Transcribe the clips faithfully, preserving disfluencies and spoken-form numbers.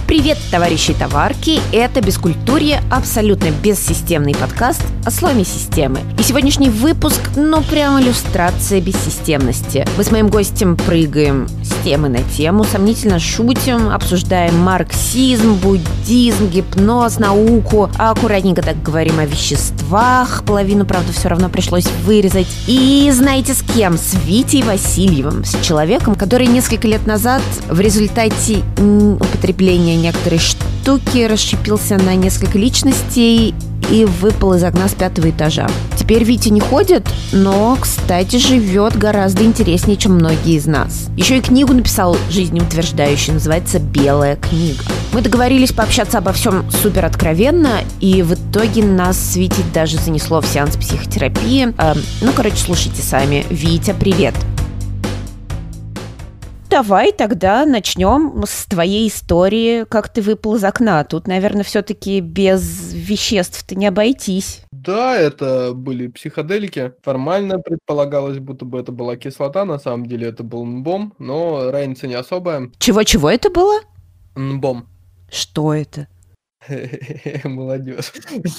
Привет, товарищи товарки! Это «Бескультурье», абсолютно бессистемный подкаст о сломе системы. И сегодняшний выпуск, ну, прям иллюстрация бессистемности. Мы с моим гостем прыгаем с темы на тему, сомнительно шутим, обсуждаем марксизм, буддизм, гипноз, науку, а аккуратненько так говорим о веществах. Половину, правда, все равно пришлось вырезать. И знаете с кем? С Витей Васильевым, с человеком, который несколько лет назад в результате употребления некоторой штуки расщепился на несколько личностей и выпал из окна с пятого этажа. Теперь Витя не ходит, но, кстати, живет гораздо интереснее, чем многие из нас. Еще и книгу написал жизнеутверждающую, называется «Белая книга». Мы договорились пообщаться обо всем супер откровенно, и в итоге нас с Витей даже занесло в сеанс психотерапии. Э, ну, короче, слушайте сами. Витя, привет! Давай тогда начнем с твоей истории, как ты выпал из окна. Тут, наверное, все-таки без веществ-то не обойтись. Да, это были психоделики. Формально предполагалось, будто бы это была кислота, на самом деле это был нбом, но разница не особая. Чего-чего это было? Нбом. Что это? Молодежь.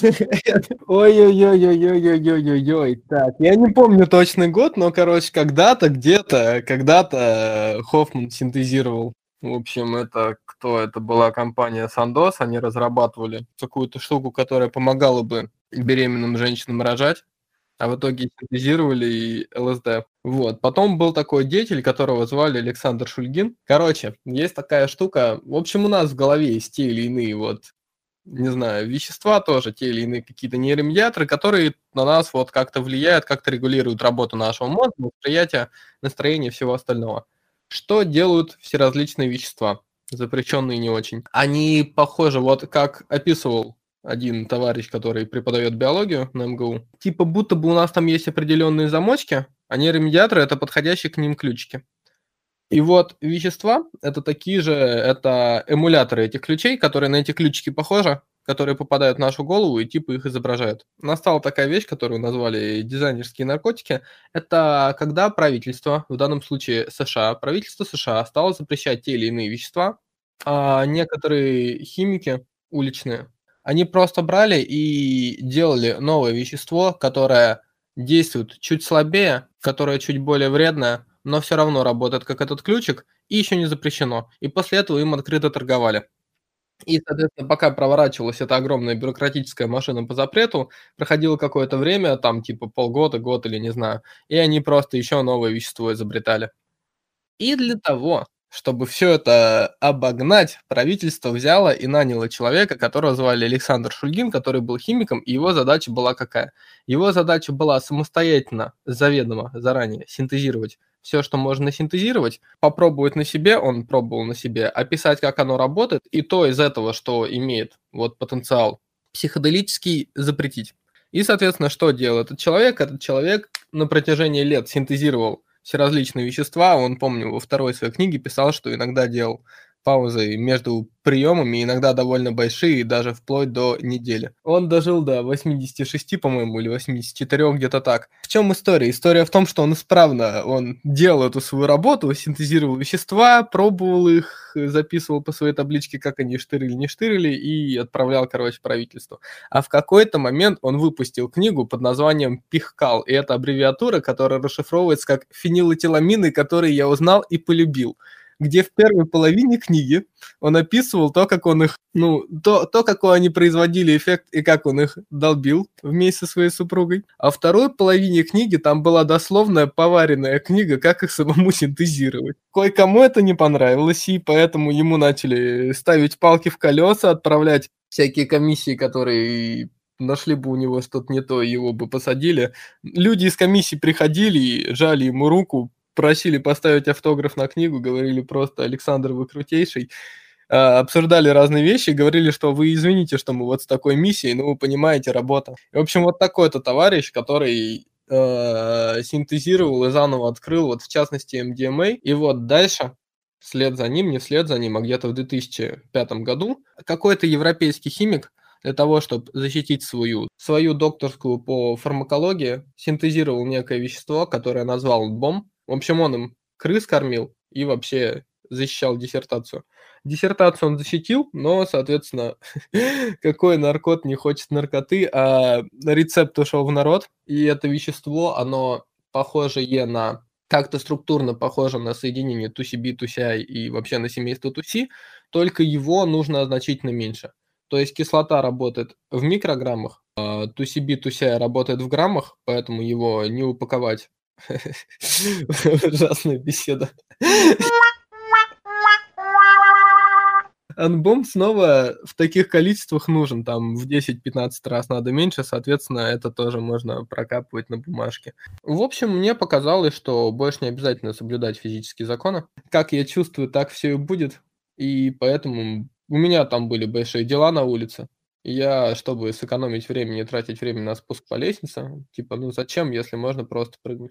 Ой-ой-ой-ой-ой-ой-ой-ой-ой. Так, я не помню точный год, но, короче, когда-то, где-то, когда-то Хоффман синтезировал. В общем, это кто? Это была компания Sandoz, они разрабатывали какую-то штуку, которая помогала бы беременным женщинам рожать, а в итоге синтезировали и ЛСД. Вот. Потом был такой деятель, которого звали Александр Шульгин. Короче, есть такая штука. В общем, у нас в голове есть те или иные вот, не знаю, вещества тоже, те или иные какие-то нейромедиаторы, которые на нас вот как-то влияют, как-то регулируют работу нашего мозга, восприятие, настроение и всего остального. Что делают все различные вещества, запрещенные не очень? Они похожи, вот как описывал один товарищ, который преподает биологию на эм гэ у, типа будто бы у нас там есть определенные замочки, а нейромедиаторы – это подходящие к ним ключики. И вот вещества – это такие же, это эмуляторы этих ключей, которые на эти ключики похожи, которые попадают в нашу голову и типа их изображают. Настала такая вещь, которую назвали дизайнерские наркотики. Это когда правительство, в данном случае США, правительство США стало запрещать те или иные вещества, а некоторые химики уличные, они просто брали и делали новое вещество, которое действует чуть слабее, которое чуть более вредное, но все равно работает как этот ключик, и еще не запрещено. И после этого им открыто торговали. И, соответственно, пока проворачивалась эта огромная бюрократическая машина по запрету, проходило какое-то время, там типа полгода, год или не знаю, и они просто еще новое вещество изобретали. И для того, чтобы все это обогнать, правительство взяло и наняло человека, которого звали Александр Шульгин, который был химиком, и его задача была какая? Его задача была самостоятельно, заведомо, заранее синтезировать все, что можно синтезировать, попробовать на себе, он пробовал на себе, описать, как оно работает, и то из этого, что имеет вот потенциал психоделический, запретить. И, соответственно, что делал этот человек? Этот человек на протяжении лет синтезировал все различные вещества. Он, помню, во второй своей книге писал, что иногда делал паузы между приемами, иногда довольно большие, даже вплоть до недели. Он дожил до восьмидесяти шести, по-моему, или восьмидесяти четырёх, где-то так. В чем история? История в том, что он исправно, он делал эту свою работу, синтезировал вещества, пробовал их, записывал по своей табличке, как они штырили, не штырили, и отправлял, короче, правительству. А в какой-то момент он выпустил книгу под названием «Пихкал», и это аббревиатура, которая расшифровывается как «фенилэтиламины, которые я узнал и полюбил», где в первой половине книги он описывал то, как он их, ну, то, то, какой они производили эффект и как он их долбил вместе со своей супругой. А во второй половине книги там была дословная поваренная книга, как их самому синтезировать. Кое-кому это не понравилось, и поэтому ему начали ставить палки в колеса, отправлять всякие комиссии, которые нашли бы у него что-то не то, его бы посадили. Люди из комиссии приходили и жали ему руку, просили поставить автограф на книгу, говорили просто «Александр, вы крутейший», обсуждали разные вещи, говорили, что вы извините, что мы вот с такой миссией, но вы понимаете, работа. И, в общем, вот такой-то товарищ, который э, синтезировал и заново открыл, вот в частности, эм ди эм эй, и вот дальше, вслед за ним, не вслед за ним, а где-то в две тысячи пятом году, какой-то европейский химик для того, чтобы защитить свою, свою докторскую по фармакологии, синтезировал некое вещество, которое назвал нбом. В общем, он им крыс кормил и вообще защищал диссертацию. Диссертацию он защитил, но, соответственно, какой наркот не хочет наркоты, а рецепт ушел в народ, и это вещество, оно похожее на, как-то структурно похоже на соединение ту си би, ту си ай и вообще на семейство ту си, только его нужно значительно меньше. То есть кислота работает в микрограммах, а ту си би, ту си ай работает в граммах, поэтому его не упаковать. Ужасная беседа. Анбом снова в таких количествах нужен, там в десять-пятнадцать раз надо меньше, соответственно, это тоже можно прокапывать на бумажке. В общем, мне показалось, что больше не обязательно соблюдать физические законы. Как я чувствую, так все и будет, и поэтому у меня там были большие дела на улице. И я, чтобы сэкономить время, не тратить время на спуск по лестнице, типа, ну зачем, если можно просто прыгнуть?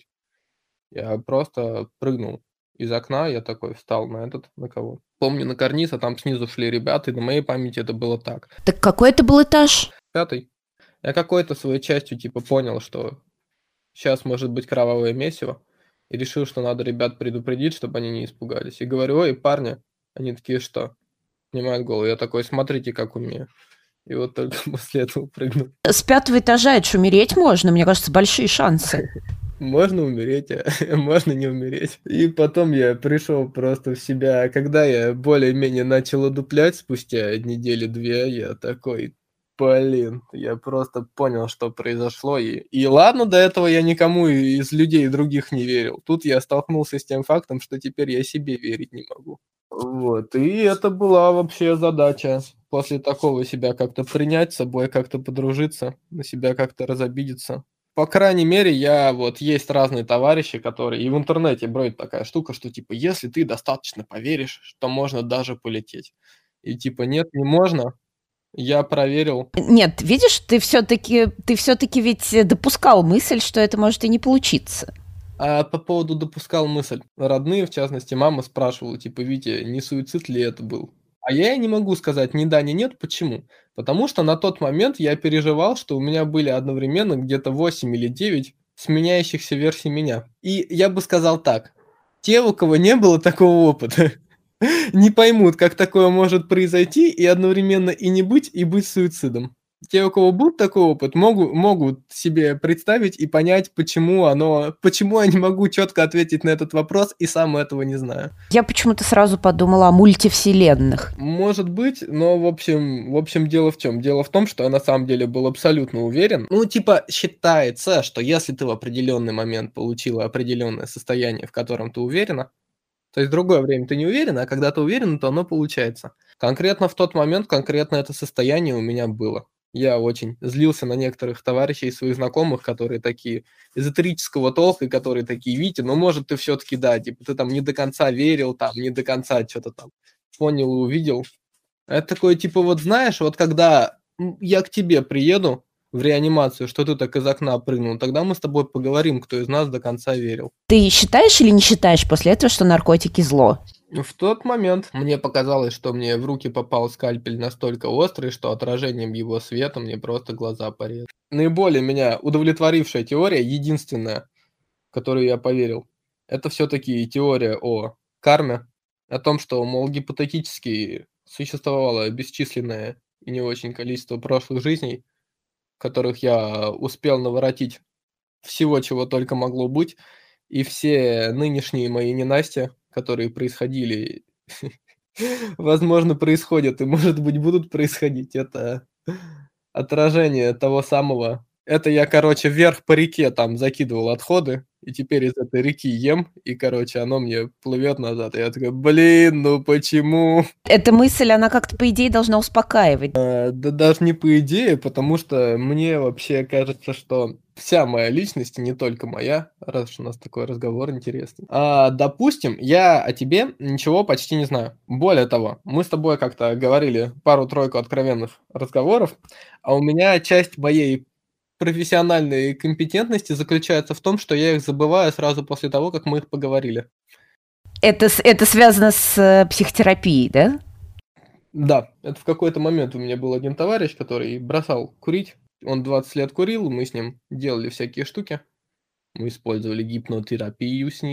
Я просто прыгнул из окна, я такой встал на этот, на кого? Помню, на карниз, а там снизу шли ребята, и на моей памяти это было так. Так какой это был этаж? Пятый. Я какой-то своей частью типа понял, что сейчас может быть кровавое месиво, и решил, что надо ребят предупредить, чтобы они не испугались. И говорю: ой, парни, они такие, что? Поднимают голову. Я такой: смотрите, как умею. И вот только после этого прыгнул. С пятого этажа это ж умереть можно, мне кажется, большие шансы. Можно умереть, а можно не умереть. И потом я пришел просто в себя. Когда я более-менее начал одуплять спустя недели-две, я такой: блин, я просто понял, что произошло. И, и ладно, до этого я никому из людей других не верил. Тут я столкнулся с тем фактом, что теперь я себе верить не могу. Вот, и это была вообще задача. После такого себя как-то принять, с собой как-то подружиться, на себя как-то разобидеться. По крайней мере, я вот есть разные товарищи, которые... И в интернете бродит такая штука, что типа, если ты достаточно поверишь, то можно даже полететь. И типа, нет, не можно. Я проверил. Нет, видишь, ты все-таки ты все-таки ведь допускал мысль, что это может и не получиться. А по поводу допускал мысль. Родные, в частности, мама спрашивала, типа, Витя, не суицид ли это был? А я ей не могу сказать ни да, ни нет. Почему? Потому что на тот момент я переживал, что у меня были одновременно где-то восемь или девять сменяющихся версий меня. И я бы сказал так. Те, у кого не было такого опыта, не поймут, как такое может произойти и одновременно и не быть, и быть суицидом. Те, у кого был такой опыт, могут, могут себе представить и понять, почему оно, почему я не могу четко ответить на этот вопрос и сам этого не знаю. Я почему-то сразу подумала о мультивселенных. Может быть, но в общем, в общем дело в чем? Дело в том, что я на самом деле был абсолютно уверен. Ну, типа, считается, что если ты в определенный момент получила определенное состояние, в котором ты уверена, то есть в другое время ты не уверена, а когда ты уверена, то оно получается. Конкретно в тот момент, конкретно это состояние у меня было. Я очень злился на некоторых товарищей, своих знакомых, которые такие эзотерического толка, и которые такие: Витя, ну может ты все-таки, да, типа ты там не до конца верил, там не до конца что-то там понял и увидел. Это такое, типа, вот знаешь, вот когда я к тебе приеду в реанимацию, что ты так из окна прыгнул, тогда мы с тобой поговорим, кто из нас до конца верил. Ты считаешь или не считаешь после этого, что наркотики зло? В тот момент мне показалось, что мне в руки попал скальпель настолько острый, что отражением его света мне просто глаза порезали. Наиболее меня удовлетворившая теория, единственная, в которую я поверил, это все-таки теория о карме, о том, что, мол, гипотетически существовало бесчисленное и не очень количество прошлых жизней, в которых я успел наворотить всего, чего только могло быть, и все нынешние мои ненастья, которые происходили, возможно, происходят и, может быть, будут происходить, это отражение того самого. Это я, короче, вверх по реке там закидывал отходы, и теперь из этой реки ем, и, короче, оно мне плывет назад. И я такой: блин, ну почему? Эта мысль, она как-то, по идее, должна успокаивать. А, да даже не по идее, потому что мне вообще кажется, что вся моя личность, и не только моя, раз уж у нас такой разговор интересный. А, допустим, я о тебе ничего почти не знаю. Более того, мы с тобой как-то говорили пару-тройку откровенных разговоров, а у меня часть моей профессиональной компетентности заключается в том, что я их забываю сразу после того, как мы их поговорили. Это, это связано с э, психотерапией, да? Да, это в какой-то момент у меня был один товарищ, который бросал курить. Он двадцать лет курил, мы с ним делали всякие штуки. Мы использовали гипнотерапию с ним.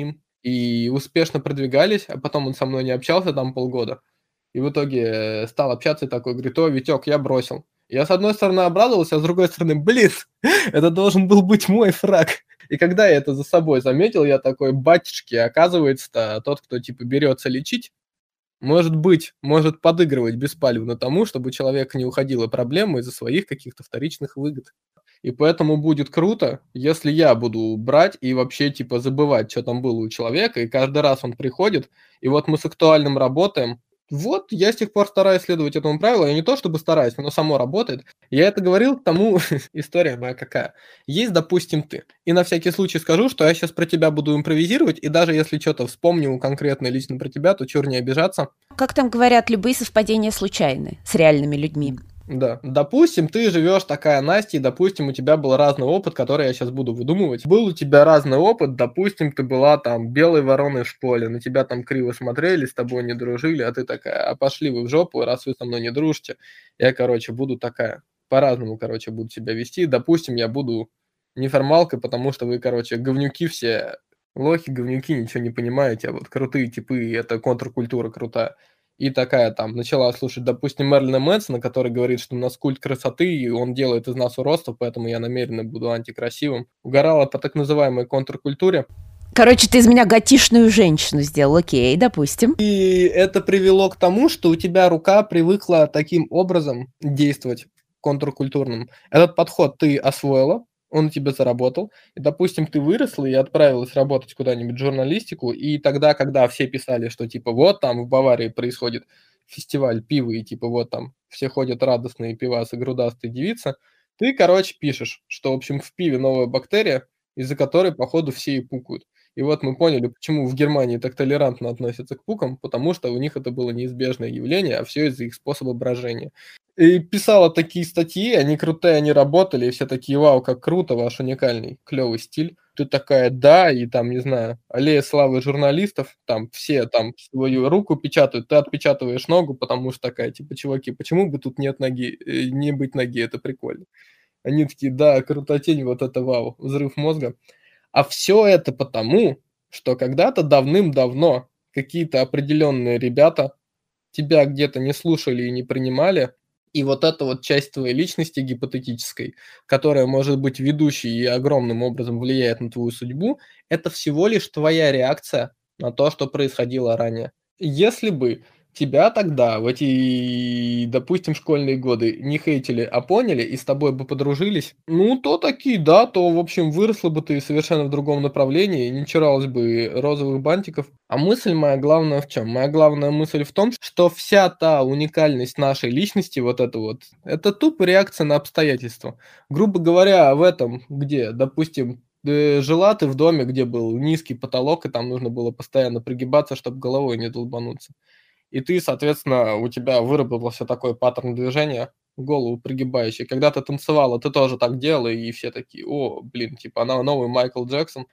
и успешно продвигались, а потом он со мной не общался там полгода. И в итоге стал общаться и такой говорит: "О, Витек, я бросил". Я, с одной стороны, обрадовался, а с другой стороны, блин, это должен был быть мой фраг. И когда я это за собой заметил, я такой: батюшки, оказывается-то тот, кто типа берется лечить, может быть, может подыгрывать беспалевно тому, чтобы у человека не уходила проблема из-за своих каких-то вторичных выгод. И поэтому будет круто, если я буду брать и вообще типа забывать, что там было у человека, и каждый раз он приходит, и вот мы с актуальным работаем. Вот я с тех пор стараюсь следовать этому правилу. Я не то чтобы стараюсь, оно само работает. Я это говорил, к тому история моя какая. Есть, допустим, ты. И на всякий случай скажу, что я сейчас про тебя буду импровизировать, и даже если что-то вспомню конкретно лично про тебя, то чур не обижаться. Как там говорят, любые совпадения случайны с реальными людьми. Да. Допустим, ты живешь такая Настя, и, допустим, у тебя был разный опыт, который я сейчас буду выдумывать. Был у тебя разный опыт, допустим, ты была там белой вороной в школе, на тебя там криво смотрели, с тобой не дружили, а ты такая: а пошли вы в жопу, раз вы со мной не дружите. Я, короче, буду такая, по-разному, короче, буду себя вести. Допустим, я буду неформалкой, потому что вы, короче, говнюки все, лохи, говнюки, ничего не понимаете, а вот крутые типы, и это контркультура крутая. И такая там начала слушать, допустим, Мерлина Мэнсона, который говорит, что у нас культ красоты, и он делает из нас уродство, поэтому я намеренно буду антикрасивым. Угорала по так называемой контркультуре. Короче, ты из меня готишную женщину сделал, окей, допустим. И это привело к тому, что у тебя рука привыкла таким образом действовать контркультурным. Этот подход ты освоила, он у тебя заработал. И, допустим, ты выросла и отправилась работать куда-нибудь в журналистику, и тогда, когда все писали, что типа вот там в Баварии происходит фестиваль пива, и типа вот там все ходят радостные пивасы, грудастые девицы, ты, короче, пишешь, что, в общем, в пиве новая бактерия, из-за которой, походу, все и пукают. И вот мы поняли, почему в Германии так толерантно относятся к пукам, потому что у них это было неизбежное явление, а все из-за их способа брожения. И писала такие статьи, они крутые, они работали, и все такие: вау, как круто, ваш уникальный, клевый стиль. Ты такая: да, и там, не знаю, аллея славы журналистов, там все там свою руку печатают, ты отпечатываешь ногу, потому что такая, типа, чуваки, почему бы тут нет ноги, э, не быть ноги, это прикольно. Они такие: да, крутотень, вот это вау, взрыв мозга. А все это потому, что когда-то давным-давно какие-то определенные ребята тебя где-то не слушали и не принимали, и вот эта вот часть твоей личности гипотетической, которая может быть ведущей и огромным образом влияет на твою судьбу, это всего лишь твоя реакция на то, что происходило ранее. Если бы тебя тогда в эти, допустим, школьные годы не хейтили, а поняли и с тобой бы подружились, ну, то такие, да, то, в общем, выросла бы ты совершенно в другом направлении, не чуралась бы розовых бантиков. А мысль моя главная в чем? Моя главная мысль в том, что вся та уникальность нашей личности, вот это вот, это тупо реакция на обстоятельства. Грубо говоря, в этом, где, допустим, э, жила ты в доме, где был низкий потолок, и там нужно было постоянно пригибаться, чтобы головой не долбануться. И ты, соответственно, у тебя выработался такой паттерн движения, голову пригибающий. Когда ты танцевала, ты тоже так делала, и все такие: о, блин, типа она новый Майкл Джексон.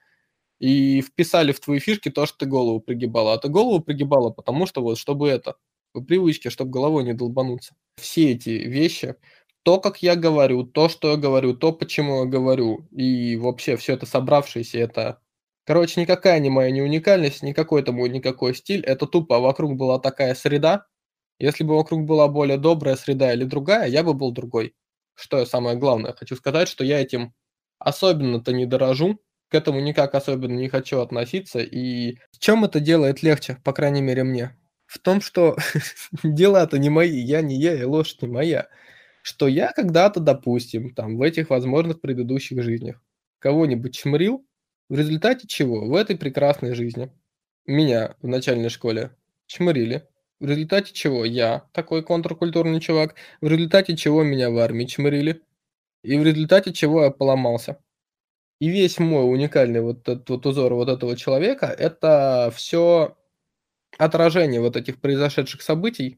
И вписали в твои фишки то, что ты голову пригибала. А ты голову пригибала, потому что вот, чтобы это, по привычке, чтобы головой не долбануться. Все эти вещи, то, как я говорю, то, что я говорю, то, почему я говорю, и вообще все это собравшееся, это... Короче, никакая не моя не уникальность, никакой это мой никакой стиль, это тупо вокруг была такая среда. Если бы вокруг была более добрая среда или другая, я бы был другой. Что я самое главное хочу сказать, что я этим особенно-то не дорожу, к этому никак особенно не хочу относиться. И в чем это делает легче, по крайней мере мне? В том, что дела-то не мои, я не я, и лошадь не моя. Что я когда-то, допустим, там в этих возможных предыдущих жизнях кого-нибудь чморил, в результате чего в этой прекрасной жизни меня в начальной школе чморили, в результате чего я, такой контркультурный чувак, в результате чего меня в армии чморили, и в результате чего я поломался. И весь мой уникальный вот этот вот узор вот этого человека — это все отражение вот этих произошедших событий.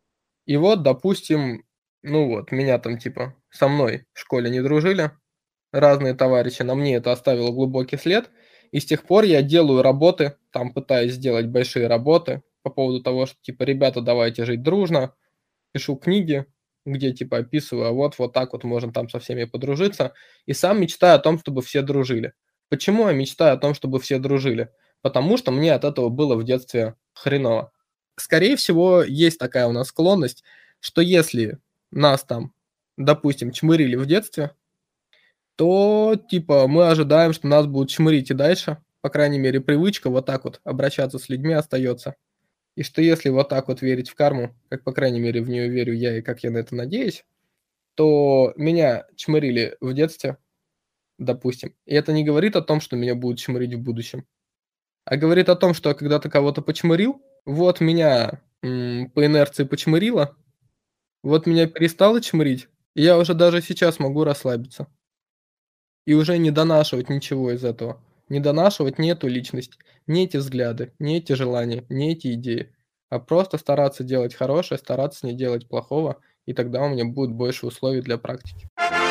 И вот, допустим, ну вот, меня там типа со мной в школе не дружили, разные товарищи, на мне это оставило глубокий след. И с тех пор я делаю работы, там пытаюсь сделать большие работы по поводу того, что типа: ребята, давайте жить дружно. Пишу книги, где типа описываю, а вот вот так вот можно там со всеми подружиться. И сам мечтаю о том, чтобы все дружили. Почему я мечтаю о том, чтобы все дружили? потому что мне от этого было в детстве хреново. Скорее всего, есть такая у нас склонность, что если нас там, допустим, чмырили в детстве, то типа мы ожидаем, что нас будут чмырить и дальше. По крайней мере, привычка вот так вот обращаться с людьми остается. И что если вот так вот верить в карму, как, по крайней мере, в нее верю я и как я на это надеюсь, то меня чмырили в детстве, допустим. И это не говорит о том, что меня будут чмырить в будущем, а говорит о том, что я когда-то кого-то почмырил, вот меня м, по инерции почмырило, вот меня перестало чмырить, и я уже даже сейчас могу расслабиться. И уже не донашивать ничего из этого. Не донашивать ни эту личность, ни эти взгляды, ни эти желания, ни эти идеи. А просто стараться делать хорошее, стараться не делать плохого, и тогда у меня будет больше условий для практики.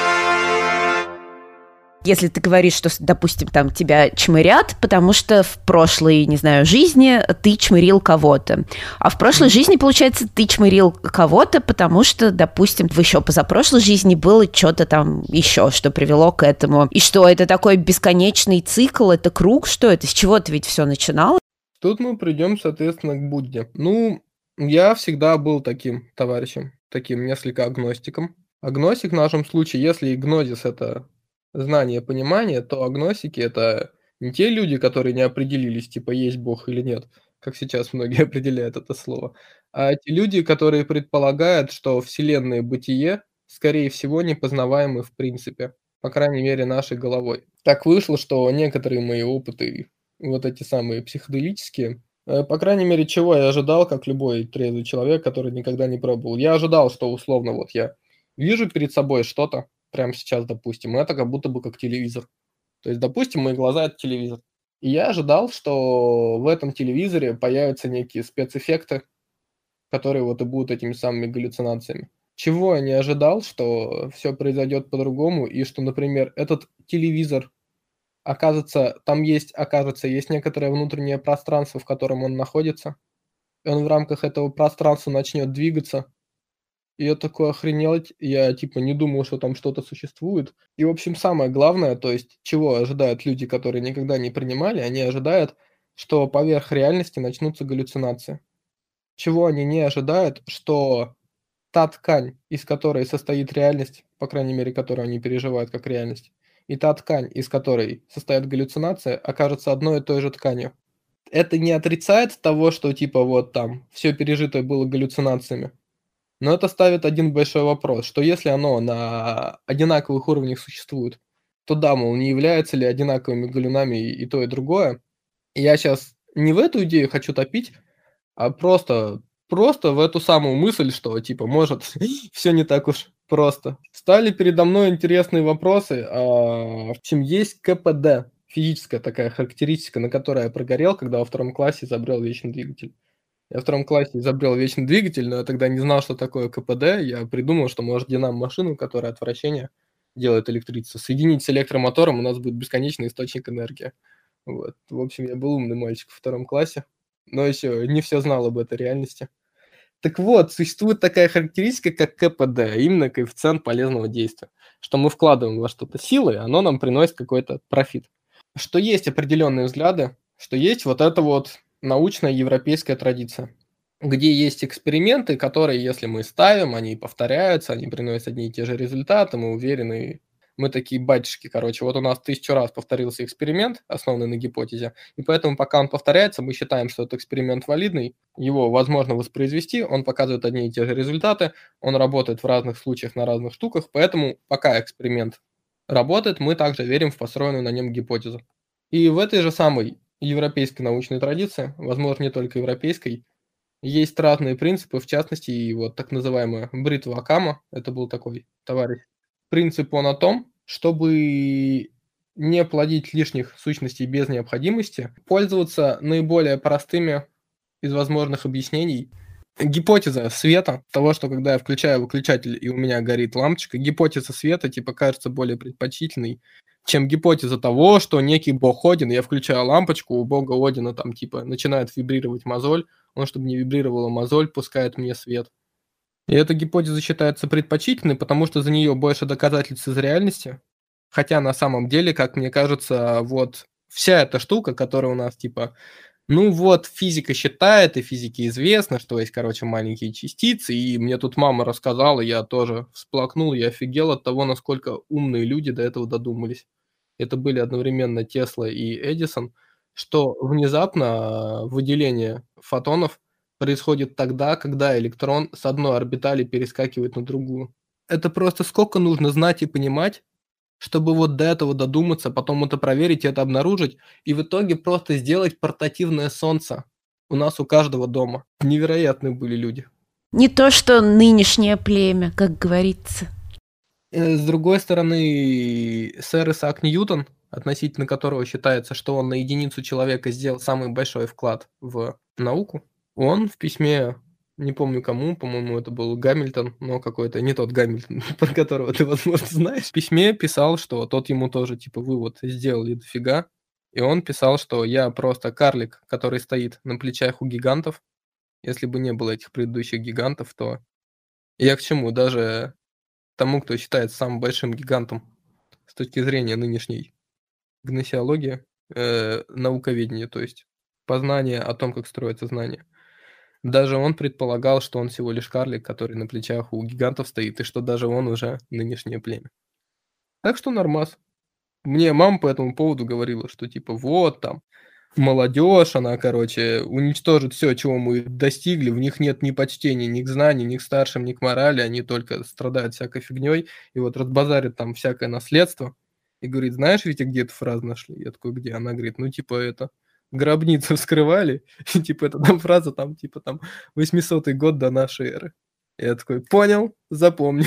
Если ты говоришь, что, допустим, там тебя чмырят, потому что в прошлой, не знаю, жизни ты чмырил кого-то. А в прошлой жизни, получается, ты чмырил кого-то, потому что, допустим, в еще позапрошлой жизни было что-то там еще, что привело к этому. И что, это такой бесконечный цикл, это круг, что это? С чего-то ведь все начиналось? Тут мы придем, соответственно, к Будде. Ну, я всегда был таким товарищем, таким несколько агностиком. Агностик в нашем случае, если гнозис – это знание, понимание, то агностики – это не те люди, которые не определились, типа, есть Бог или нет, как сейчас многие определяют это слово, а те люди, которые предполагают, что Вселенная бытие, скорее всего, непознаваемы в принципе, по крайней мере, нашей головой. Так вышло, что некоторые мои опыты, вот эти самые психоделические, э, по крайней мере, чего я ожидал, как любой трезвый человек, который никогда не пробовал. Я ожидал, что условно вот я вижу перед собой что-то, прямо сейчас, допустим, это как будто бы как телевизор. То есть, допустим, мои глаза – это телевизор. И я ожидал, что в этом телевизоре появятся некие спецэффекты, которые вот и будут этими самыми галлюцинациями. Чего я не ожидал, что все произойдет по-другому, и что, например, этот телевизор, окажется, там есть, окажется, есть некоторое внутреннее пространство, в котором он находится, и он в рамках этого пространства начнет двигаться. И я такой охренеть, я типа не думал, что там что-то существует. И, в общем, самое главное, то есть, чего ожидают люди, которые никогда не принимали, они ожидают, что поверх реальности начнутся галлюцинации. Чего они не ожидают, что та ткань, из которой состоит реальность, по крайней мере, которую они переживают как реальность, и та ткань, из которой состоит галлюцинация, окажется одной и той же тканью. Это не отрицает того, что типа вот там все пережитое было галлюцинациями. Но это ставит один большой вопрос, что если оно на одинаковых уровнях существует, то да, мол, не являются ли одинаковыми галюнами и то, и другое. И я сейчас не в эту идею хочу топить, а просто, просто в эту самую мысль, что типа может все не так уж просто. Стали передо мной интересные вопросы, а, в чем есть ка пэ дэ, физическая такая характеристика, на которой я прогорел, когда во втором классе изобрел вечный двигатель. Я во втором классе изобрел вечный двигатель, но я тогда не знал, что такое ка пэ дэ. Я придумал, что может динамо-машину, которая от вращения делает электричество, соединить с электромотором, у нас будет бесконечный источник энергии. Вот. В общем, я был умный мальчик во втором классе, но еще не все знал об этой реальности. Так вот, существует такая характеристика, как ка пэ дэ, а именно коэффициент полезного действия, что мы вкладываем во что-то силы, оно нам приносит какой-то профит. Что есть определенные взгляды, что есть вот эта вот научная европейская традиция, где есть эксперименты, которые, если мы ставим, они повторяются, они приносят одни и те же результаты, мы уверены, мы такие батюшки, короче, вот у нас тысячу раз повторился эксперимент, основанный на гипотезе, и поэтому пока он повторяется, мы считаем, что этот эксперимент валидный, его возможно воспроизвести, он показывает одни и те же результаты, он работает в разных случаях на разных штуках, поэтому пока эксперимент работает, мы также верим в построенную на нем гипотезу. И в этой же самой европейской научной традиции, возможно, не только европейской, есть разные принципы, в частности, и вот так называемая бритва Акама, это был такой товарищ. Принцип он о том, чтобы не плодить лишних сущностей без необходимости, пользоваться наиболее простыми из возможных объяснений. Гипотеза света, того, что когда я включаю выключатель и у меня горит лампочка, гипотеза света типа кажется более предпочтительной, чем гипотеза того, что некий бог Один, я включаю лампочку, у бога Одина там типа начинает вибрировать мозоль, он, чтобы не вибрировала мозоль, пускает мне свет. И эта гипотеза считается предпочтительной, потому что за нее больше доказательств из реальности, хотя на самом деле, как мне кажется, вот вся эта штука, которая у нас типа, ну вот, физика считает, и физике известно, что есть, короче, маленькие частицы, и мне тут мама рассказала, я тоже всплакнул, я офигел от того, насколько умные люди до этого додумались. Это были одновременно Тесла и Эдисон, что внезапно выделение фотонов происходит тогда, когда электрон с одной орбитали перескакивает на другую. Это просто сколько нужно знать и понимать, чтобы вот до этого додуматься, потом это проверить, это обнаружить, и в итоге просто сделать портативное солнце у нас у каждого дома. Невероятные были люди. Не то, что нынешнее племя, как говорится. Э, С другой стороны, сэр Исаак Ньютон, относительно которого считается, что он на единицу человека сделал самый большой вклад в науку, он в письме, не помню кому, по-моему, это был Гамильтон, но какой-то не тот Гамильтон, про которого ты, возможно, знаешь, в письме писал, что тот ему тоже, типа, вывод сделали дофига, и он писал, что я просто карлик, который стоит на плечах у гигантов. Если бы не было этих предыдущих гигантов, то я к чему? Даже тому, кто считается самым большим гигантом с точки зрения нынешней гносеологии, э, науковедения, то есть познание о том, как строится знание. Даже он предполагал, что он всего лишь карлик, который на плечах у гигантов стоит, и что даже он уже нынешнее племя. Так что нормас. Мне мама по этому поводу говорила, что типа вот там молодежь, она, короче, уничтожит все, чего мы достигли, в них нет ни почтения, ни к знаниям, ни к старшим, ни к морали, они только страдают всякой фигней, и вот разбазарят там всякое наследство, и говорит, знаешь, Витя, где эту фразу нашли? Я такой, где? Она говорит, ну, типа, это, гробницу вскрывали, и, типа, это там фраза, там, типа, там, восьмисотый год до нашей эры. Я такой, понял, запомню.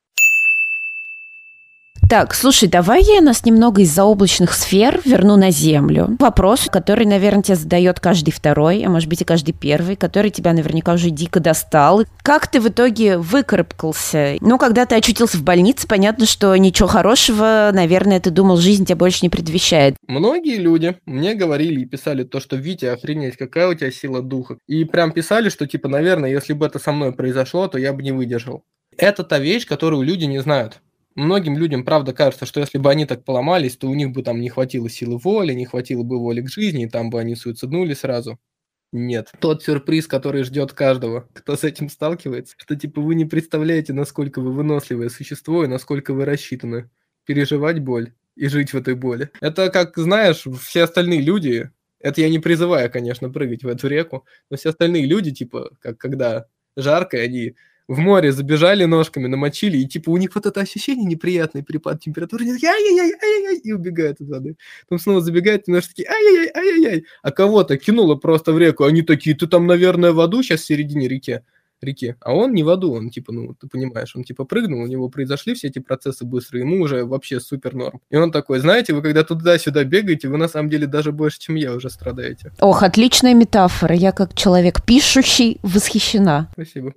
Так, слушай, давай я нас немного из заоблачных сфер верну на Землю. Вопрос, который, наверное, тебе задает каждый второй, а может быть и каждый первый, который тебя наверняка уже дико достал. Как ты в итоге выкарабкался? Ну, когда ты очутился в больнице, понятно, что ничего хорошего, наверное, ты думал, жизнь тебя больше не предвещает. Многие люди мне говорили и писали то, что Витя, охренеть, какая у тебя сила духа. И прям писали, что типа, наверное, если бы это со мной произошло, то я бы не выдержал. Это та вещь, которую люди не знают. Многим людям, правда, кажется, что если бы они так поломались, то у них бы там не хватило силы воли, не хватило бы воли к жизни, и там бы они суициднули сразу. Нет. Тот сюрприз, который ждет каждого, кто с этим сталкивается, что типа вы не представляете, насколько вы выносливое существо и насколько вы рассчитаны переживать боль и жить в этой боли. Это как, знаешь, все остальные люди, это я не призываю, конечно, прыгать в эту реку, но все остальные люди, типа, как когда жарко, они в море забежали ножками, намочили, и типа у них вот это ощущение неприятный перепад температуры, они такие ай-яй-яй, ай-яй-яй, и убегают из воды. Потом снова забегают, немножко такие ай-яй-яй, ай-яй-яй, а кого-то кинуло просто в реку, они такие, ты там, наверное, в аду сейчас в середине реки, реки, а он не в аду, он типа, ну, ты понимаешь, он типа прыгнул, у него произошли все эти процессы быстро, ему уже вообще супер норм. И он такой, знаете, вы когда туда-сюда бегаете, вы на самом деле даже больше, чем я, уже страдаете. Ох, отличная метафора. Я как человек пишущий восхищена. Спасибо.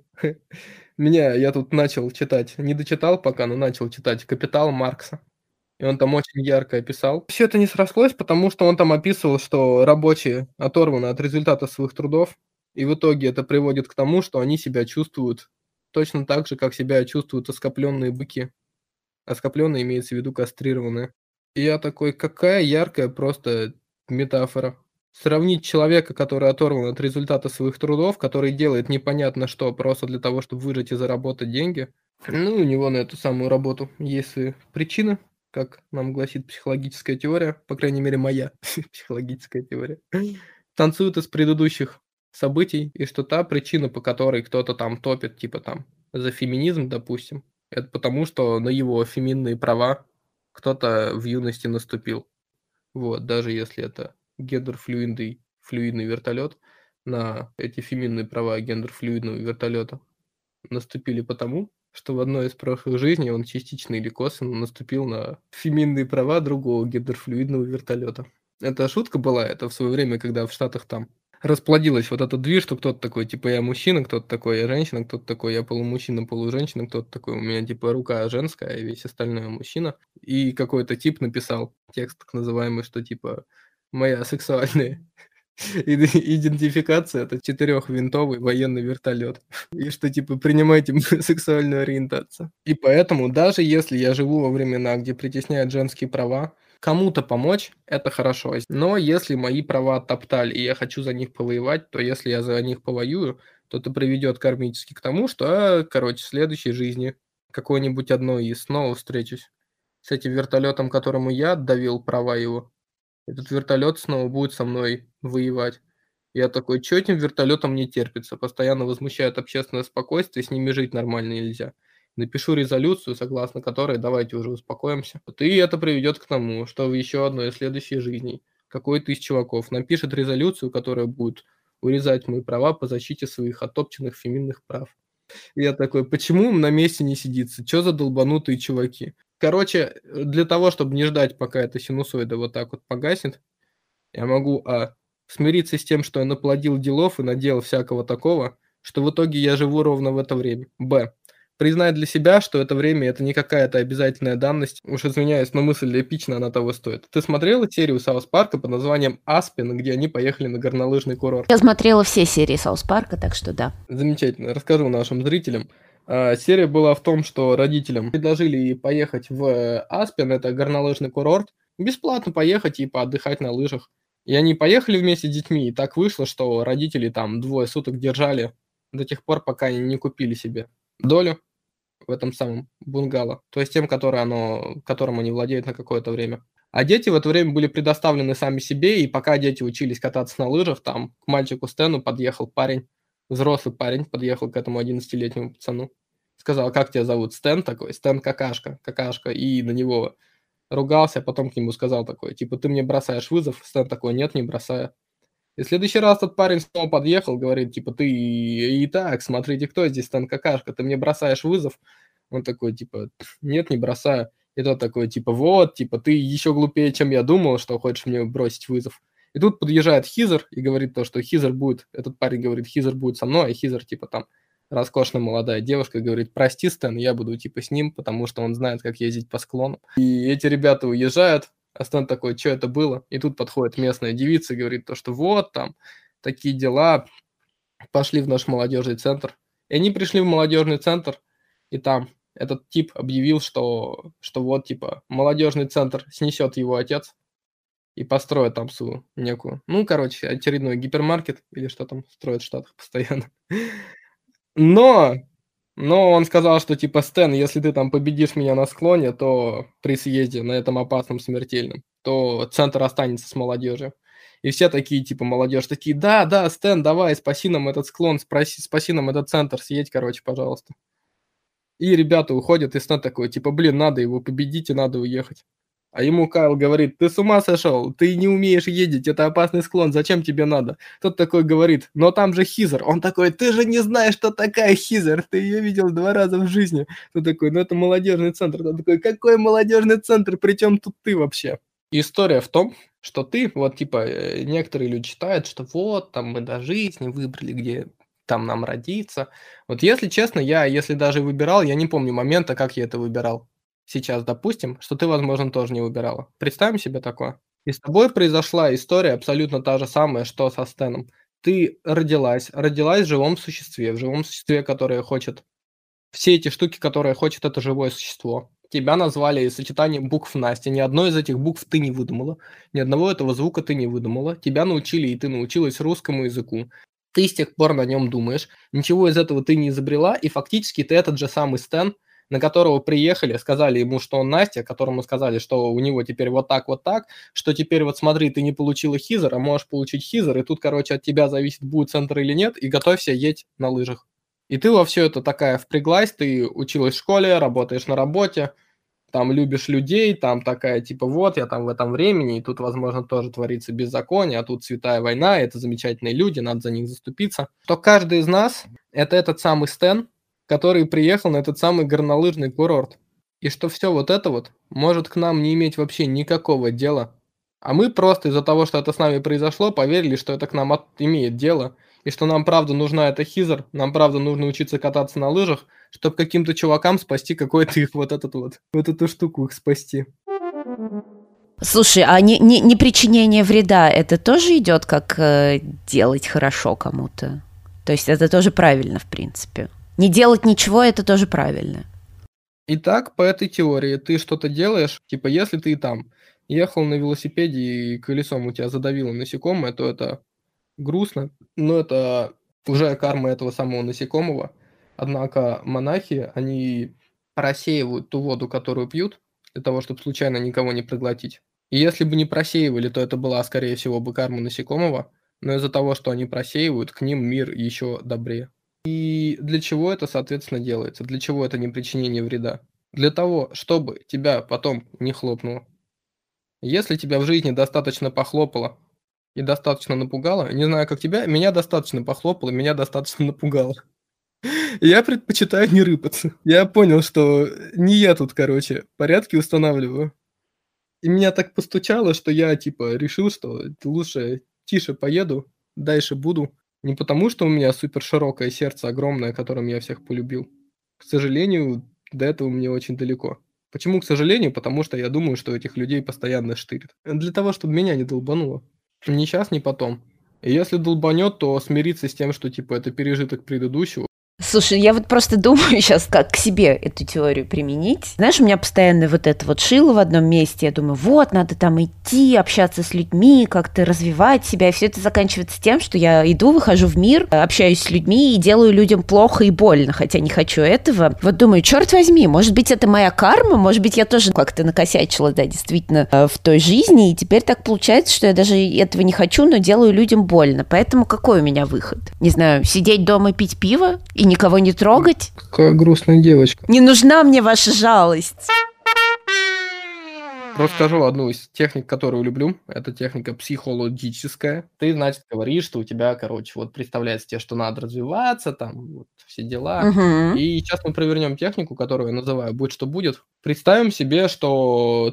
Меня, я тут начал читать, не дочитал пока, но начал читать «Капитал» Маркса. И он там очень ярко описал. Все это не срослось, потому что он там описывал, что рабочие оторваны от результата своих трудов, и в итоге это приводит к тому, что они себя чувствуют точно так же, как себя чувствуют оскопленные быки. Оскопленные имеется в виду кастрированные. И я такой, какая яркая просто метафора. Сравнить человека, который оторван от результата своих трудов, который делает непонятно что, просто для того, чтобы выжить и заработать деньги. Ну, у него на эту самую работу есть свои причины, как нам гласит психологическая теория, по крайней мере, моя психологическая теория. Танцуют из предыдущих событий, и что та причина, по которой кто-то там топит, типа там, за феминизм, допустим, это потому, что на его феминные права кто-то в юности наступил. Вот, даже если это гендерфлюидный флюидный вертолет, на эти феминные права гендерфлюидного вертолета наступили потому, что в одной из прошлых жизней он частично или косвенно наступил на феминные права другого гендерфлюидного вертолета. Это шутка была, это в свое время, когда в Штатах там расплодилась вот этот движ, что кто-то такой, типа, я мужчина, кто-то такой, я женщина, кто-то такой, я полумужчина, полуженщина, кто-то такой, у меня, типа, рука женская, и весь остальной мужчина. И какой-то тип написал текст так называемый, что, типа, моя сексуальная идентификация – это четырехвинтовый военный вертолет. И что, типа, принимайте мою сексуальную ориентацию. И поэтому, даже если я живу во времена, где притесняют женские права, Кому-то помочь – это хорошо. Но если мои права топтали, и я хочу за них повоевать, то если я за них повоюю, то это приведет кармически к тому, что, короче, в следующей жизни какой-нибудь одной из снова встречусь с этим вертолетом, которому я отдавил права его. Этот вертолет снова будет со мной воевать. Я такой, что этим вертолетом не терпится? Постоянно возмущает общественное спокойствие, с ними жить нормально нельзя. Напишу резолюцию, согласно которой давайте уже успокоимся. Вот и это приведет к тому, что в еще одной из следующих жизней какой-то из чуваков напишет резолюцию, которая будет урезать мои права по защите своих оттопченных феминных прав. И я такой, почему им на месте не сидится? Что за долбанутые чуваки? Короче, для того, чтобы не ждать, пока эта синусоида вот так вот погаснет, я могу, а, смириться с тем, что я наплодил делов и наделал всякого такого, что в итоге я живу ровно в это время. Б. Признать для себя, что это время – это не какая-то обязательная данность. Уж извиняюсь, но мысль эпична, она того стоит. Ты смотрела серию Саус Парка под названием «Аспен», где они поехали на горнолыжный курорт? Я смотрела все серии Саус Парка, так что да. Замечательно. Расскажу нашим зрителям. А, серия была в том, что родителям предложили поехать в Аспен, это горнолыжный курорт, бесплатно поехать и поотдыхать на лыжах. И они поехали вместе с детьми, и так вышло, что родители там двое суток держали до тех пор, пока они не купили себе долю в этом самом бунгало, то есть тем, которое оно, которым они владеют на какое-то время. А дети в это время были предоставлены сами себе, и пока дети учились кататься на лыжах, там к мальчику Стэну подъехал парень, взрослый парень, подъехал к этому одиннадцатилетнему пацану, сказал, как тебя зовут? Стэн такой, Стэн какашка, какашка, и на него ругался, а потом к нему сказал такой, типа, ты мне бросаешь вызов? Стэн такой, нет, не бросаю. И в следующий раз тот парень снова подъехал, говорит, типа, ты и так, смотрите, кто здесь, Стэн какашка, ты мне бросаешь вызов? Он такой, типа, нет, не бросаю. И тот такой, типа, вот, типа, ты еще глупее, чем я думал, что хочешь мне бросить вызов. И тут подъезжает Хизер и говорит то, что Хизер будет, этот парень говорит, Хизер будет со мной, а Хизер, типа, там, роскошная молодая девушка, говорит, прости, Стэн, я буду, типа, с ним, потому что он знает, как ездить по склону. И эти ребята уезжают, а Стэн такой, что это было? И тут подходит местная девица и говорит то, что вот, там, такие дела, пошли в наш молодежный центр. И они пришли в молодежный центр, и там этот тип объявил, что, что вот, типа, молодежный центр снесет его отец и построит там свою некую, ну, короче, очередной гипермаркет или что там строят в Штатах постоянно. Но, но он сказал, что, типа, Стэн, если ты там победишь меня на склоне, то при съезде на этом опасном смертельном, то центр останется с молодежью. И все такие, типа, молодежь, такие, да, да, Стэн, давай, спаси нам этот склон, спаси, спаси нам этот центр, съедь, короче, пожалуйста. И ребята уходят, и Стэн такой, типа, блин, надо его победить и надо уехать. А ему Кайл говорит, ты с ума сошел, ты не умеешь ездить, это опасный склон, зачем тебе надо? Тот такой говорит, но там же Хизер. Он такой, ты же не знаешь, что такая Хизер, ты ее видел два раза в жизни. Тот такой, ну это молодежный центр. Тот такой, какой молодежный центр, причем тут ты вообще? История в том, что ты, вот типа, некоторые люди считают, что вот, там мы до жизни выбрали, где там нам родиться. Вот если честно, я, если даже выбирал, я не помню момента, как я это выбирал. Сейчас допустим, что ты, возможно, тоже не выбирала. Представим себе такое. И с тобой произошла история абсолютно та же самая, что со Стэном. Ты родилась, родилась в живом существе, в живом существе, которое хочет... Все эти штуки, которые хочет это живое существо. Тебя назвали сочетанием букв Настя. Ни одной из этих букв ты не выдумала. Ни одного этого звука ты не выдумала. Тебя научили, и ты научилась русскому языку. Ты с тех пор на нем думаешь. Ничего из этого ты не изобрела, и фактически ты этот же самый Стэн, на которого приехали, сказали ему, что он Настя, которому сказали, что у него теперь вот так, вот так, что теперь вот смотри, ты не получила Хизер, а можешь получить Хизер, и тут, короче, от тебя зависит, будет центр или нет, и готовься, едь на лыжах. И ты во все это такая впряглась, ты училась в школе, работаешь на работе, там любишь людей, там такая типа вот, я там в этом времени, и тут, возможно, тоже творится беззаконие, а тут святая война, это замечательные люди, надо за них заступиться. То каждый из нас – это этот самый Стэн, который приехал на этот самый горнолыжный курорт. И что все вот это вот может к нам не иметь вообще никакого дела. А мы просто из-за того, что это с нами произошло, поверили, что это к нам от... имеет дело. И что нам правда нужна эта Хизер, нам правда нужно учиться кататься на лыжах, чтобы каким-то чувакам спасти какой-то их вот этот вот, вот эту штуку их спасти. Слушай, а не, не, не причинение вреда, это тоже идет как э, делать хорошо кому-то? То есть это тоже правильно, в принципе? Не делать ничего, это тоже правильно. Итак, по этой теории ты что-то делаешь, типа если ты там ехал на велосипеде и колесом у тебя задавило насекомое, то это грустно, но это уже карма этого самого насекомого. Однако монахи, они просеивают ту воду, которую пьют, для того, чтобы случайно никого не проглотить. И если бы не просеивали, то это была, скорее всего, бы карма насекомого, но из-за того, что они просеивают, к ним мир еще добрее. И для чего это, соответственно, делается? Для чего это не причинение вреда? Для того, чтобы тебя потом не хлопнуло. Если тебя в жизни достаточно похлопало и достаточно напугало, не знаю, как тебя, меня достаточно похлопало, меня достаточно напугало. Я предпочитаю не рыпаться. Я понял, что не я тут, короче, порядки устанавливаю. И меня так постучало, что я, типа, решил, что лучше тише поеду, дальше буду. Не потому, что у меня супер широкое сердце, огромное, которым я всех полюбил. К сожалению, до этого мне очень далеко. Почему, к сожалению? Потому что я думаю, что этих людей постоянно штырит. Для того, чтобы меня не долбануло. Ни сейчас, ни потом. И если долбанет, то смириться с тем, что, типа, это пережиток предыдущего. Слушай, я вот просто думаю сейчас, как к себе эту теорию применить. Знаешь, у меня постоянно вот это вот шило в одном месте. Я думаю, вот, надо там идти, общаться с людьми, как-то развивать себя. И все это заканчивается тем, что я иду, выхожу в мир, общаюсь с людьми и делаю людям плохо и больно, хотя не хочу этого. Вот думаю, черт возьми, может быть, это моя карма, может быть, я тоже как-то накосячила, да, действительно, в той жизни. И теперь так получается, что я даже этого не хочу, но делаю людям больно. Поэтому какой у меня выход? Не знаю, сидеть дома, пить пиво и никого не трогать? Какая грустная девочка. Не нужна мне ваша жалость. Просто скажу одну из техник, которую люблю. Это техника психологическая. Ты, значит, говоришь, что у тебя, короче, вот представляется тебе, что надо развиваться, там, вот, все дела. Угу. И сейчас мы провернем технику, которую я называю «Будь что будет». Представим себе, что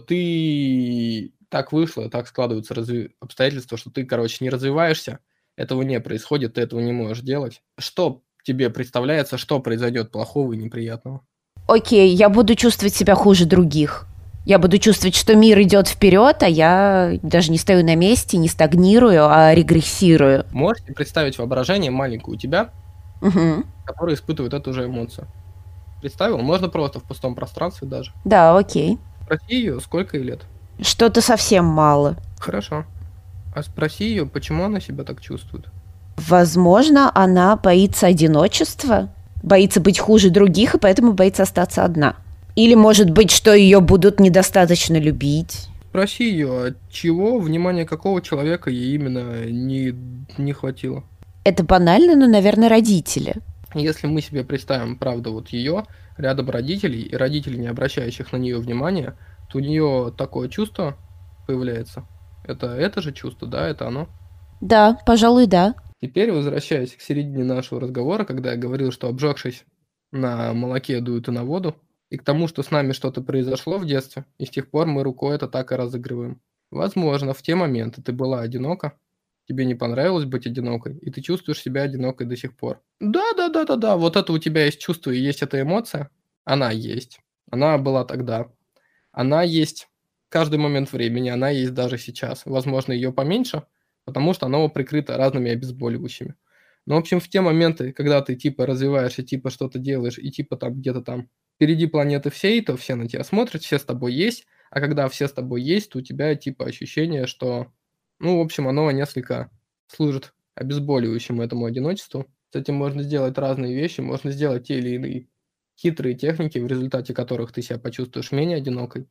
ты так вышло, так складываются разви... обстоятельства, что ты, короче, не развиваешься, этого не происходит, ты этого не можешь делать. Что тебе представляется, что произойдет плохого и неприятного? Окей, я буду чувствовать себя хуже других. Я буду чувствовать, что мир идет вперед, а я даже не стою на месте, не стагнирую, а регрессирую. Можете представить воображение маленькую у тебя, угу. которая испытывает эту же эмоцию. Представил? Можно просто в пустом пространстве даже. Да, окей. Спроси ее, сколько ей лет. Что-то совсем мало. Хорошо. А спроси ее, почему она себя так чувствует. Возможно, она боится одиночества, боится быть хуже других, и поэтому боится остаться одна. Или, может быть, что ее будут недостаточно любить. Спроси ее, от чего, внимания какого человека ей именно не, не хватило. Это банально, но, наверное, родители. Если мы себе представим, правда, вот ее, рядом родителей, и родителей, не обращающих на нее внимания, то у нее такое чувство появляется. Это это же чувство, да, это оно? Да, пожалуй, да. Теперь, возвращаясь к середине нашего разговора, когда я говорил, что обжегшись на молоке дуют и на воду, и к тому, что с нами что-то произошло в детстве, и с тех пор мы рукой это так и разыгрываем. Возможно, в те моменты ты была одинока, тебе не понравилось быть одинокой, и ты чувствуешь себя одинокой до сих пор. Да-да-да-да-да, вот это у тебя есть чувство и есть эта эмоция, она есть, она была тогда, она есть каждый момент времени, она есть даже сейчас. Возможно, ее поменьше, потому что оно прикрыто разными обезболивающими. Но, в общем, в те моменты, когда ты типа развиваешься, типа что-то делаешь, и типа там где-то там впереди планеты всей, то все на тебя смотрят, все с тобой есть, а когда все с тобой есть, то у тебя типа ощущение, что, ну, в общем, оно несколько служит обезболивающим этому одиночеству. С этим можно сделать разные вещи, можно сделать те или иные хитрые техники, в результате которых ты себя почувствуешь менее одинокой.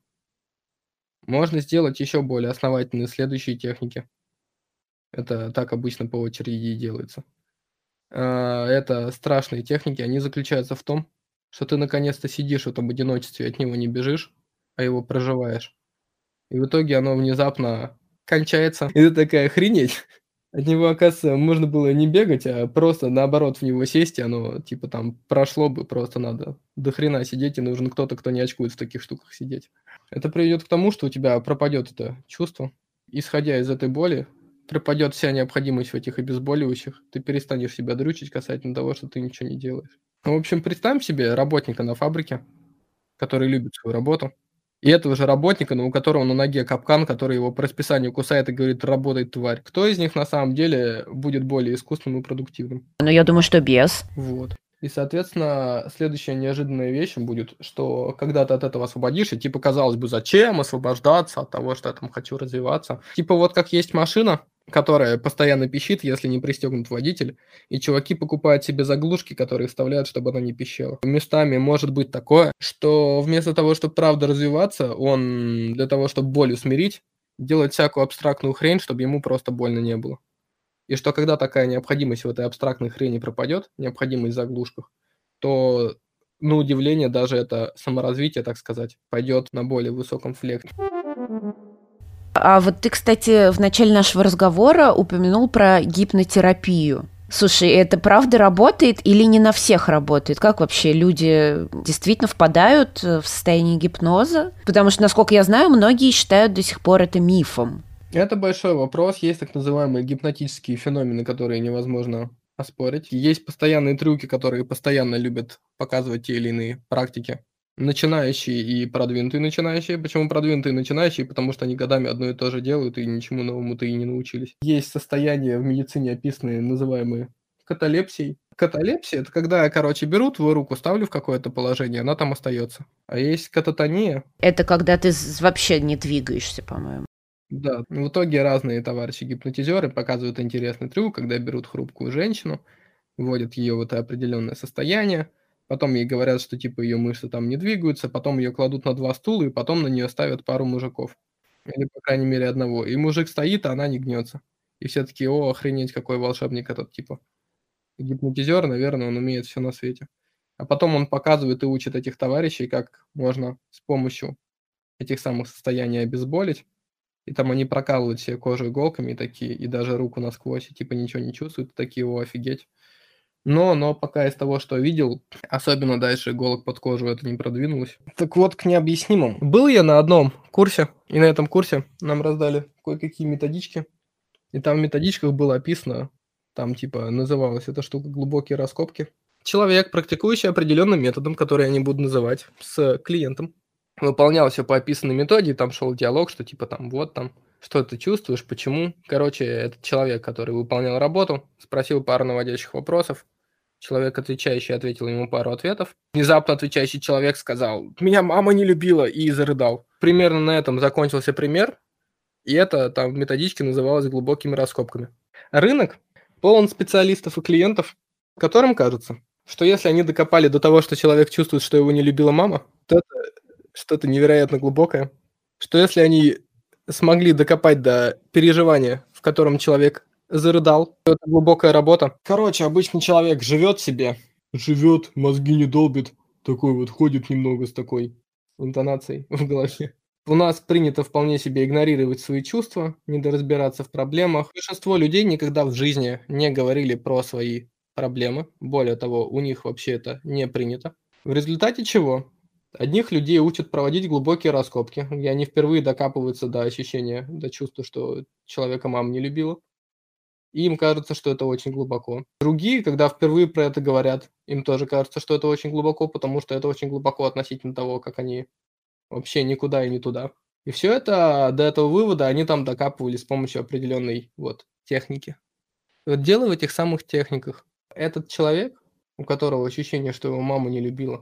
Можно сделать еще более основательные следующие техники. Это так обычно по очереди и делается. Это страшные техники, они заключаются в том, что ты наконец-то сидишь в этом одиночестве, от него не бежишь, а его проживаешь. И в итоге оно внезапно кончается. И ты такая, охренеть. От него, оказывается, можно было не бегать, а просто наоборот в него сесть, и оно типа там прошло бы, просто надо до хрена сидеть, и нужен кто-то, кто не очкует в таких штуках сидеть. Это приведет к тому, что у тебя пропадет это чувство. Исходя из этой боли, пропадет вся необходимость в этих обезболивающих, ты перестанешь себя дрючить касательно того, что ты ничего не делаешь. Ну, в общем, представь себе работника на фабрике, который любит свою работу, и этого же работника, но у которого на ноге капкан, который его по расписанию кусает и говорит: работай, тварь. Кто из них на самом деле будет более искусным и продуктивным? Ну, я думаю, что без. Вот. И, соответственно, следующая неожиданная вещь будет, что когда ты от этого освободишься, типа, казалось бы, зачем освобождаться от того, что я там хочу развиваться? Типа, вот как есть машина, которая постоянно пищит, если не пристегнут водитель, и чуваки покупают себе заглушки, которые вставляют, чтобы она не пищала. Местами может быть такое, что вместо того, чтобы правда развиваться, он для того, чтобы боль усмирить, делает всякую абстрактную хрень, чтобы ему просто больно не было. И что когда такая необходимость в этой абстрактной хрени пропадет, необходимость в заглушках, то, на удивление, даже это саморазвитие, так сказать, пойдет на более высоком флексе. А вот ты, кстати, в начале нашего разговора упомянул про гипнотерапию. Слушай, это правда работает или не на всех работает? Как вообще люди действительно впадают в состояние гипноза? Потому что, насколько я знаю, многие считают до сих пор это мифом. Это большой вопрос. Есть так называемые гипнотические феномены, которые невозможно оспорить. Есть постоянные трюки, которые постоянно любят показывать те или иные практики. Начинающие и продвинутые начинающие. Почему продвинутые начинающие? Потому что они годами одно и то же делают и ничему новому-то и не научились. Есть состояния в медицине описанные, называемые каталепсией. Каталепсия – это когда, короче, беру твою руку, ставлю в какое-то положение, она там остается. А есть кататония. Это когда ты вообще не двигаешься, по-моему. Да, в итоге разные товарищи-гипнотизеры показывают интересный трюк, когда берут хрупкую женщину, вводят ее в это определенное состояние, потом ей говорят, что типа ее мышцы там не двигаются, потом ее кладут на два стула, и потом на нее ставят пару мужиков. Или, по крайней мере, одного. И мужик стоит, а она не гнется. И все такие: о, охренеть, какой волшебник этот, типа. Гипнотизер, наверное, он умеет все на свете. А потом он показывает и учит этих товарищей, как можно с помощью этих самых состояний обезболить. И там они прокалывают себе кожу иголками такие, и даже руку насквозь, и типа ничего не чувствуют, такие: о, офигеть. Но, но пока из того, что видел, особенно дальше иголок под кожу, это не продвинулось. Так вот, к необъяснимому. Был я на одном курсе, и на этом курсе нам раздали кое-какие методички, и там в методичках было описано, там типа называлась эта штука глубокие раскопки. Человек, практикующий определенным методом, который я не буду называть, с клиентом, выполнял все по описанной методе, и там шел диалог, что типа там вот там, что ты чувствуешь, почему. Короче, этот человек, который выполнял работу, спросил пару наводящих вопросов. Человек, отвечающий, ответил ему пару ответов. Внезапно отвечающий человек сказал: «Меня мама не любила», и зарыдал. Примерно на этом закончился пример, и это там в методичке называлось глубокими раскопками. Рынок полон специалистов и клиентов, которым кажется, что если они докопали до того, что человек чувствует, что его не любила мама, то это что-то невероятно глубокое, что если они смогли докопать до переживания, в котором человек зарыдал, то это глубокая работа. Короче, обычный человек живет себе, живет, мозги не долбит, такой вот ходит немного с такой интонацией в голове. У нас принято вполне себе игнорировать свои чувства, недоразбираться в проблемах. Большинство людей никогда в жизни не говорили про свои проблемы. Более того, у них вообще это не принято. В результате чего? Одних людей учат проводить глубокие раскопки, и они впервые докапываются до ощущения, до чувства, что человека мама не любила. И им кажется, что это очень глубоко. Другие, когда впервые про это говорят, им тоже кажется, что это очень глубоко, потому что это очень глубоко относительно того, как они вообще никуда и не туда. И все это, до этого вывода они там докапывались с помощью определенной вот техники. Вот дело в этих самых техниках. Этот человек, у которого ощущение, что его мама не любила,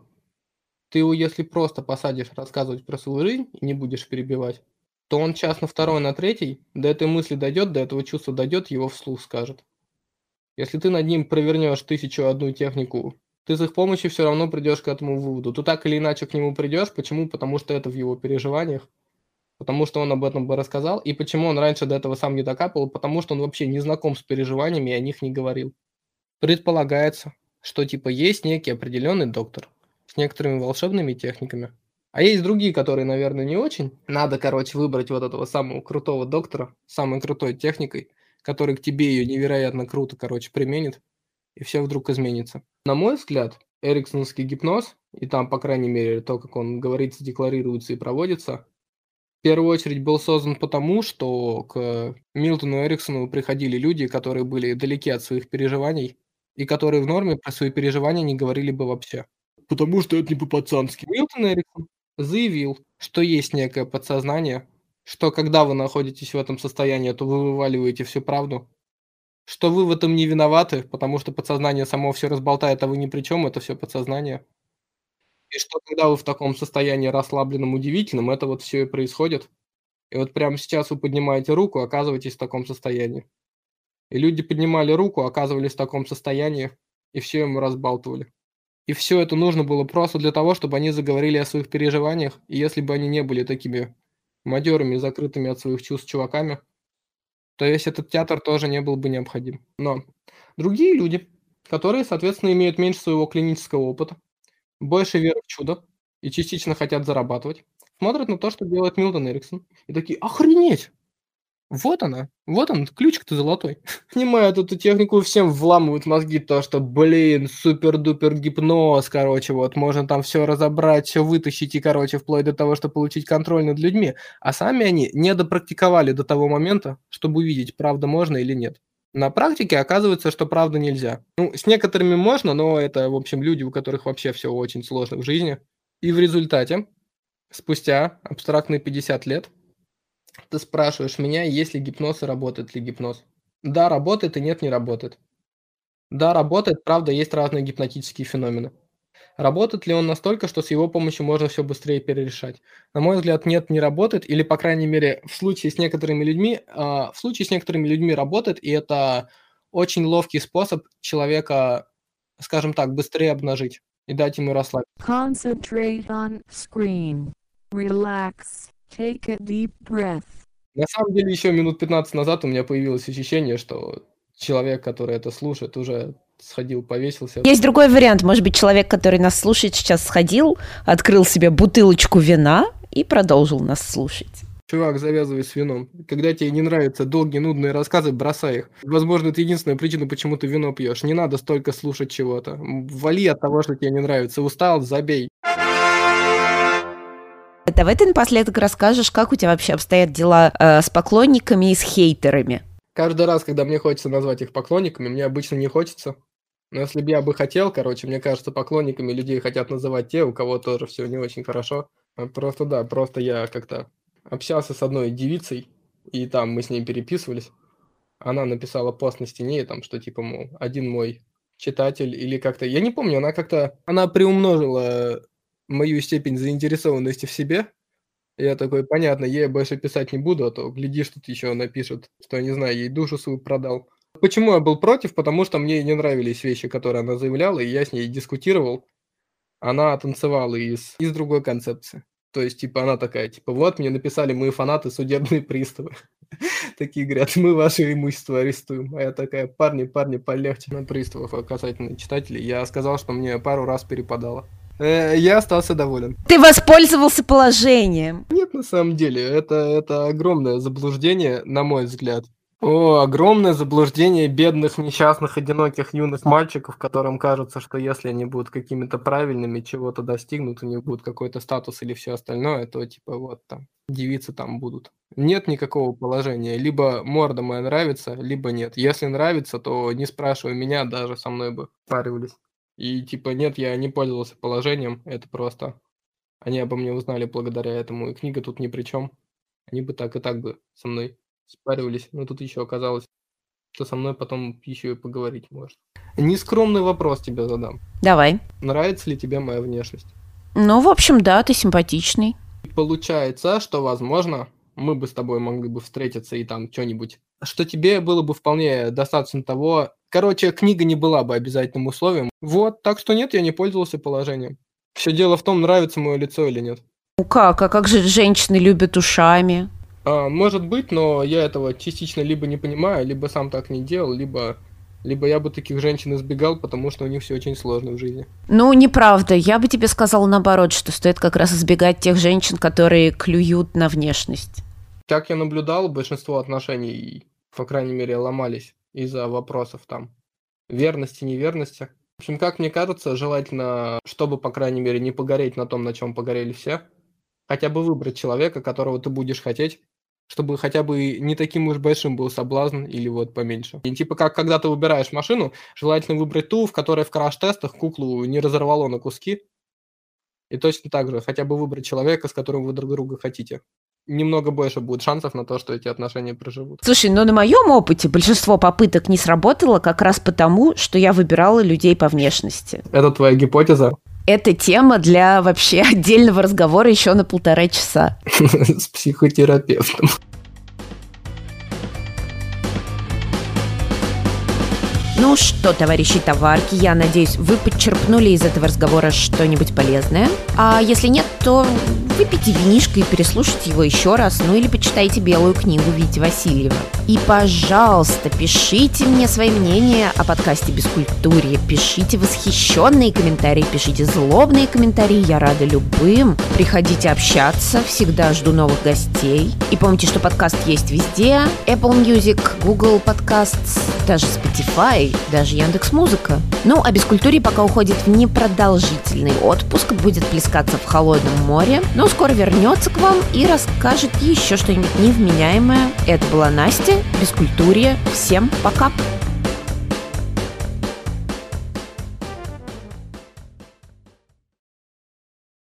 ты его, если просто посадишь рассказывать про свою жизнь и не будешь перебивать, то он час на второй, на третий до этой мысли дойдет, до этого чувства дойдет, его вслух скажет. Если ты над ним провернешь тысячу одну технику, ты с их помощью все равно придешь к этому выводу. Ты так или иначе к нему придешь. Почему? Потому что это в его переживаниях. Потому что он об этом бы рассказал. И почему он раньше до этого сам не докапывал? Потому что он вообще не знаком с переживаниями и о них не говорил. Предполагается, что типа есть некий определенный доктор с некоторыми волшебными техниками. А есть другие, которые, наверное, не очень. Надо, короче, выбрать вот этого самого крутого доктора с самой крутой техникой, который к тебе ее невероятно круто, короче, применит, и все вдруг изменится. На мой взгляд, эриксоновский гипноз, и там, по крайней мере, то, как он говорится, декларируется и проводится, в первую очередь был создан потому, что к Милтону Эриксону приходили люди, которые были далеки от своих переживаний, и которые в норме про свои переживания не говорили бы вообще. Потому что это не по-пацански. Милтон Эриксон заявил, что есть некое подсознание, что когда вы находитесь в этом состоянии, то вы вываливаете всю правду, что вы в этом не виноваты, потому что подсознание само все разболтает, а вы ни при чём, это все подсознание. И что когда вы в таком состоянии расслабленном, удивительном, это вот все и происходит. И вот прямо сейчас вы поднимаете руку, оказываетесь в таком состоянии. И люди поднимали руку, оказывались в таком состоянии, и все ему разбалтывали. И все это нужно было просто для того, чтобы они заговорили о своих переживаниях. И если бы они не были такими матёрыми, закрытыми от своих чувств чуваками, то весь этот театр тоже не был бы необходим. Но другие люди, которые, соответственно, имеют меньше своего клинического опыта, больше веры в чудо и частично хотят зарабатывать, смотрят на то, что делает Милтон Эриксон, и такие: "Охренеть! Вот она, вот он, ключик-то золотой". Снимают эту технику, всем вламывают в мозги то, что, блин, супер-дупер гипноз, короче, вот можно там все разобрать, все вытащить и, короче, вплоть до того, чтобы получить контроль над людьми. А сами они не допрактиковали до того момента, чтобы увидеть, правда можно или нет. На практике оказывается, что правда нельзя. Ну, с некоторыми можно, но это, в общем, люди, у которых вообще все очень сложно в жизни. И в результате, спустя абстрактные пятьдесят лет, ты спрашиваешь меня, есть ли гипноз и работает ли гипноз. Да, работает и нет, не работает. Да, работает, правда, есть разные гипнотические феномены. Работает ли он настолько, что с его помощью можно все быстрее перерешать? На мой взгляд, нет, не работает, или, по крайней мере, в случае с некоторыми людьми, а, в случае с некоторыми людьми работает, и это очень ловкий способ человека, скажем так, быстрее обнажить и дать ему расслабиться. Concentrate on screen. Relax. Take a deep breath. На самом деле, еще минут пятнадцать назад у меня появилось ощущение, что человек, который это слушает, уже сходил, повесился. Есть другой вариант. Может быть, человек, который нас слушает, сейчас сходил, открыл себе бутылочку вина и продолжил нас слушать. Чувак, завязывай с вином. Когда тебе не нравятся долгие, нудные рассказы, бросай их. Возможно, это единственная причина, почему ты вино пьешь. Не надо столько слушать чего-то. М, Вали от того, что тебе не нравится. Устал, забей. Давай ты напоследок расскажешь, как у тебя вообще обстоят дела э, с поклонниками и с хейтерами. Каждый раз, когда мне хочется назвать их поклонниками, мне обычно не хочется. Но если бы я бы хотел, короче, мне кажется, поклонниками людей хотят называть те, у кого тоже все не очень хорошо. А Просто да, просто я как-то общался с одной девицей, и там мы с ней переписывались. Она написала пост на стене, там, что типа, мол, один мой читатель или как-то, я не помню, она как-то, она приумножила мою степень заинтересованности в себе. Я такой, понятно, ей я больше писать не буду, а то, глядишь, тут еще напишут, что, не знаю, ей душу свою продал. Почему я был против? Потому что мне не нравились вещи, которые она заявляла, и я с ней дискутировал. Она танцевала из, из другой концепции. То есть, типа, она такая, типа, вот мне написали мои фанаты судебные приставы. Такие говорят, мы ваше имущество арестуем. А я такая, парни, парни, полегче на приставов а касательно читателей. Я сказал, что мне пару раз перепадало. Э, Я остался доволен. Ты воспользовался положением. Нет, на самом деле, это, это огромное заблуждение, на мой взгляд. О, огромное заблуждение бедных, несчастных, одиноких юных мальчиков, которым кажется, что если они будут какими-то правильными, чего-то достигнут, у них будет какой-то статус или все остальное, то типа вот там девицы там будут. Нет никакого положения. Либо морда моя нравится, либо нет. Если нравится, то не спрашивай меня, даже со мной бы парились. И типа нет, я не пользовался положением, это просто они обо мне узнали благодаря этому, и книга тут ни при чем. Они бы так и так бы со мной спаривались, но тут еще оказалось, что со мной потом еще и поговорить может. Нескромный вопрос тебе задам. Давай. Нравится ли тебе моя внешность? Ну, в общем, да, ты симпатичный. Получается, что, возможно, мы бы с тобой могли бы встретиться и там что-нибудь, что тебе было бы вполне достаточно того. Короче, книга не была бы обязательным условием. Вот, так что нет, я не пользовался положением. Все дело в том, нравится мое лицо или нет. Ну как? А как же женщины любят ушами? А, может быть, но я этого частично либо не понимаю, либо сам так не делал, либо, либо я бы таких женщин избегал, потому что у них все очень сложно в жизни. Ну, неправда. Я бы тебе сказала наоборот, что стоит как раз избегать тех женщин, которые клюют на внешность. Как я наблюдал, большинство отношений, по крайней мере, ломались из-за вопросов там верности, неверности. В общем, как мне кажется, желательно, чтобы, по крайней мере, не погореть на том, на чем погорели все, хотя бы выбрать человека, которого ты будешь хотеть, чтобы хотя бы не таким уж большим был соблазн или вот поменьше. И типа как когда ты выбираешь машину, желательно выбрать ту, в которой в краш-тестах куклу не разорвало на куски. И точно так же хотя бы выбрать человека, с которым вы друг друга хотите. немного больше будет шансов на то, что эти отношения проживут. Слушай, но на моем опыте большинство попыток не сработало как раз потому, что я выбирала людей по внешности. Это твоя гипотеза? Это тема для вообще отдельного разговора еще на полтора часа. С психотерапевтом. Ну что, товарищи товарки, я надеюсь, вы подчерпнули из этого разговора что-нибудь полезное. А если нет, то выпейте винишко и переслушайте его еще раз, ну или почитайте белую книгу Вити Васильева. И, пожалуйста, пишите мне свои мнения о подкасте «Бескультурье», пишите восхищенные комментарии, пишите злобные комментарии, я рада любым. Приходите общаться, всегда жду новых гостей. И помните, что подкаст есть везде: Apple Music, Google Podcasts, даже Spotify, даже Яндекс.Музыка. Ну, а «Бескультурье» пока уходит в непродолжительный отпуск, будет плескаться в холодном море, но скоро вернется к вам и расскажет еще что-нибудь невменяемое. Это была Настя, «Бескультурье». Всем пока!